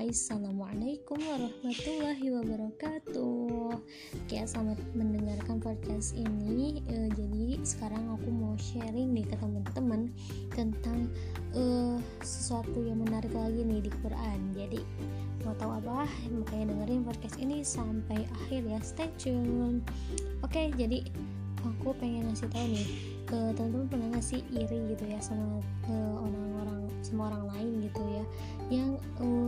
guys, assalamualaikum warahmatullahi wabarakatuh. Oke, selamat mendengarkan podcast ini. Jadi sekarang aku mau sharing nih ke teman-teman tentang sesuatu yang menarik lagi nih di Quran. Jadi mau tahu apa? Makanya dengerin podcast ini sampai akhir ya. Stay tune. Oke, jadi aku pengen ngasih tahu nih, teman-teman pernah nggak sih iri gitu ya sama orang lain gitu ya, yang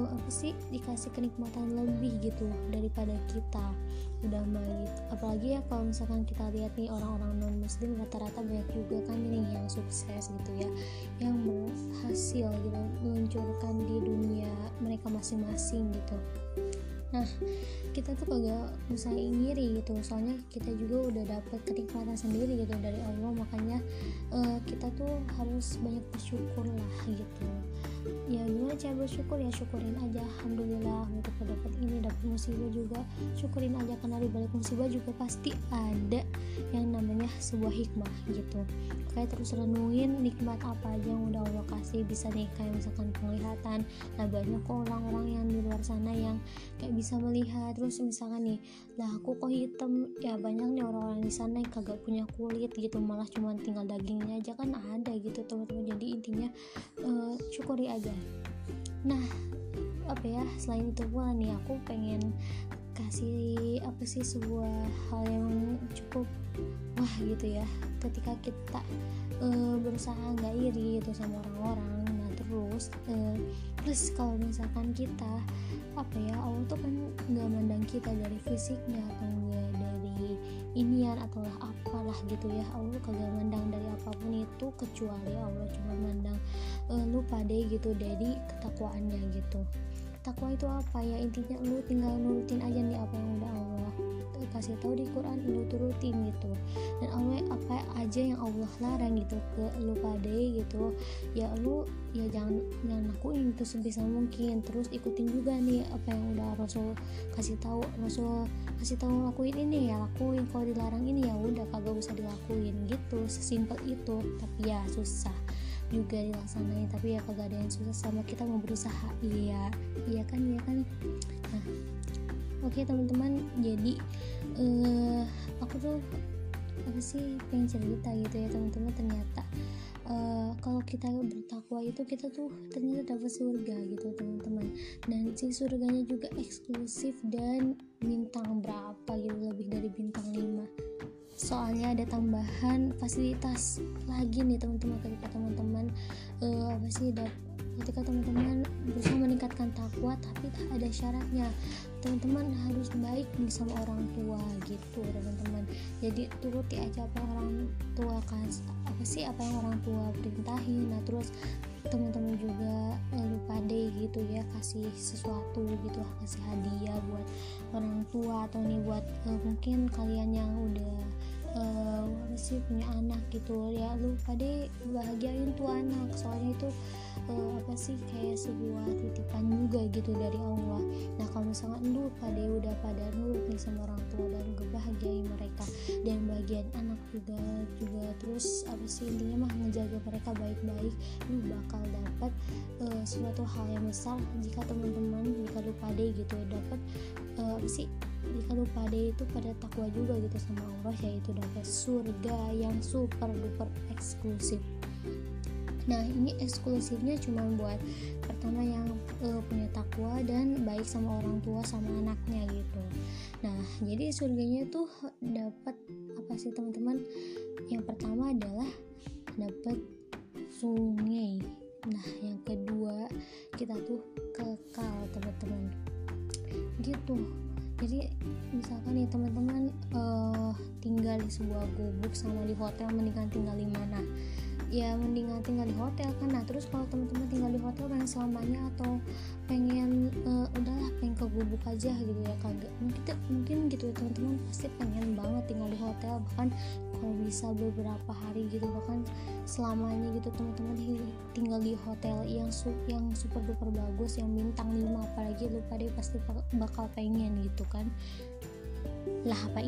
dikasih kenikmatan lebih gitu daripada kita udah mah gitu. Apalagi ya kalau misalkan kita lihat nih orang-orang non muslim, rata-rata banyak juga kan nih yang sukses gitu ya, yang berhasil gitu meluncurkan di dunia mereka masing-masing gitu. Nah, kita tuh kagak usah ngiri gitu, soalnya kita juga udah dapet kenikmatan sendiri gitu dari Allah. Makanya kita tuh harus banyak bersyukur lah gitu. Ya gimana cara bersyukur? Ya syukurin aja, alhamdulillah gitu, dapat ini, dapat musibah juga syukurin aja, karena di balik musibah juga pasti ada yang namanya sebuah hikmah gitu. Kayak terus renungin nikmat apa aja yang udah Allah kasih. Bisa nih kayak misalkan penglihatan. Nah, banyak kok orang-orang yang di luar sana yang kayak bisa melihat. Terus misalkan nih, lah aku kok hitam, ya banyak nih orang-orang di sana yang kagak punya kulit gitu, malah cuma tinggal dagingnya aja kan ada gitu teman-teman. Jadi intinya syukuri aja. Nah, selain itu pula nih, aku pengen kasih sebuah hal yang cukup wah gitu ya, ketika kita berusaha nggak iri gitu sama orang-orang. Nah terus kalau misalkan kita Allah tuh kan nggak mandang kita dari fisiknya atau nggak dari inian atau apalah gitu ya. Allah kagak mandang dari apapun itu, kecuali Allah cuma mandang lu pade gitu dari ketakwaannya gitu. Takwa itu apa ya? Intinya lu tinggal nurutin aja nih apa yang udah Allah kasih tahu di Quran, lu turutin gitu. Dan Allah apa aja yang Allah larang gitu ke lu pade gitu, ya lu ya jangan lakuin itu sebisa mungkin. Terus ikutin juga nih apa yang udah Rasul kasih tahu lakuin ini ya lakuin, kalau dilarang ini ya udah kagak usah dilakuin gitu. Sesimpel itu, tapi ya susah juga dilaksanain. Tapi ya kagak ada yang susah sama kita mau berusaha. Iya kan. Nah, oke teman-teman, jadi aku tuh pengen cerita gitu ya teman-teman. Ternyata kalau kita bertakwa itu kita tuh ternyata dapat surga gitu teman-teman. Dan si surganya juga eksklusif dan bintang berapa gitu, lebih dari bintang 5. Soalnya ada tambahan fasilitas lagi nih teman-teman, ketika teman-teman berusaha meningkatkan takwa, tapi ada syaratnya. Teman-teman harus baik nih sama orang tua gitu teman-teman. Jadi turuti aja apa yang orang tua apa yang orang tua perintahin. Nah terus teman-teman juga lupa deh gitu ya, kasih sesuatu gitu, kasih hadiah buat orang tua, atau nih buat mungkin kalian yang udah punya anak gitu ya, lupa deh bahagiain tuh anak. Soalnya itu kayak sebuah titipan juga gitu dari Allah. Nah kalau misalkan lu udah pada nurut nih sama orang tua dan ngebahagiain mereka dan bagian anak juga terus intinya mah ngejaga mereka baik-baik, lu bakal dapat suatu hal yang besar jika lu pade gitu dapat jika lu pade itu pada takwa juga gitu sama Allah, yaitu dapat surga yang super duper eksklusif. Nah ini eksklusifnya cuma buat pertama yang punya takwa dan baik sama orang tua sama anaknya gitu. Nah jadi surganya tuh dapat teman-teman? Yang pertama adalah dapat sungai. Nah yang kedua kita tuh kekal teman-teman gitu. Jadi misalkan nih teman-teman tinggal di sebuah gubuk sama di hotel, mendingan tinggal di mana? Ya mendingan tinggal di hotel kan. Nah terus kalau teman-teman tinggal di hotel pengen selamanya atau pengen pengen ke gubuk aja gitu ya, kagak mungkin gitu ya teman-teman. Pasti pengen banget tinggal di hotel, bahkan kalau bisa beberapa hari gitu, bahkan selamanya gitu teman-teman tinggal di hotel yang super duper bagus, yang bintang 5. Apalagi lupa deh pasti bakal pengen gitu kan. Apa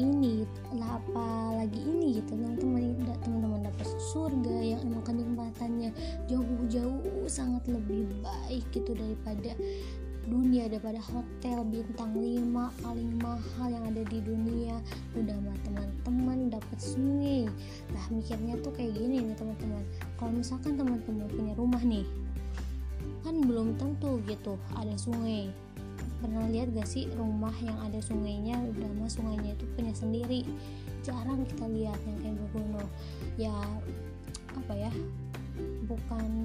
lagi ini gitu teman-teman dapat surga yang emang kenikmatannya jauh sangat lebih baik gitu daripada dunia, daripada hotel bintang 5 paling mahal yang ada di dunia. Udah sama teman-teman dapat sungai. Nah mikirnya tuh kayak gini nih teman-teman, kalau misalkan teman-teman punya rumah nih, kan belum tentu gitu ada sungai. Pernah lihat gak sih rumah yang ada sungainya, udah mah sungainya itu punya sendiri? Jarang kita lihat yang kayak begono. Ya apa ya, bukan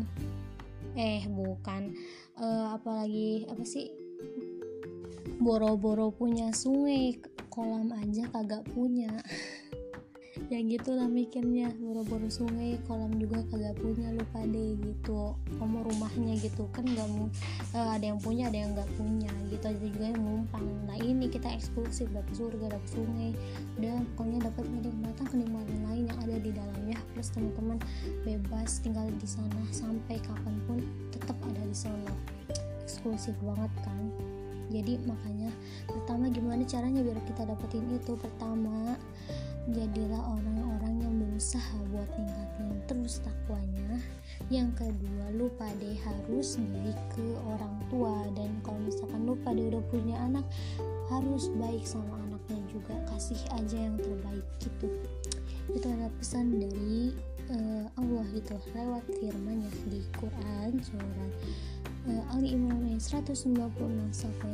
apalagi apa sih, boro-boro punya sungai, kolam aja kagak punya. Ya gitulah mikirnya, boro-boro sungai, kolam juga kagak punya, lupa deh gitu. Kamu rumahnya gitu kan nggak mau, ada yang punya ada yang nggak punya gitu. Ada juga yang numpang. Nah ini kita eksklusif, dapat surga, dapat sungai, udah pokoknya dapat kenikmatan lain yang ada di dalamnya. Plus teman-teman bebas tinggal di sana sampai kapanpun, tetap ada di sana. Eksklusif banget kan. Jadi makanya pertama gimana caranya biar kita dapetin itu? Pertama, jadilah orang-orang yang berusaha buat ningkatin terus takwanya. Yang kedua, lu pade harus baik ke orang tua, dan kalau misalkan lu pade udah punya anak, harus baik sama anaknya juga, kasih aja yang terbaik gitu. Itu adalah pesan dari Allah gitu lewat firman-Nya di Quran surat Ali Imran 196 sampai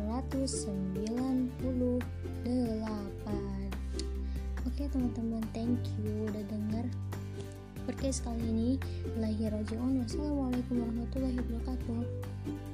198. Oke teman-teman, thank you udah dengar podcast kali ini. Wassalamualaikum warahmatullahi wabarakatuh.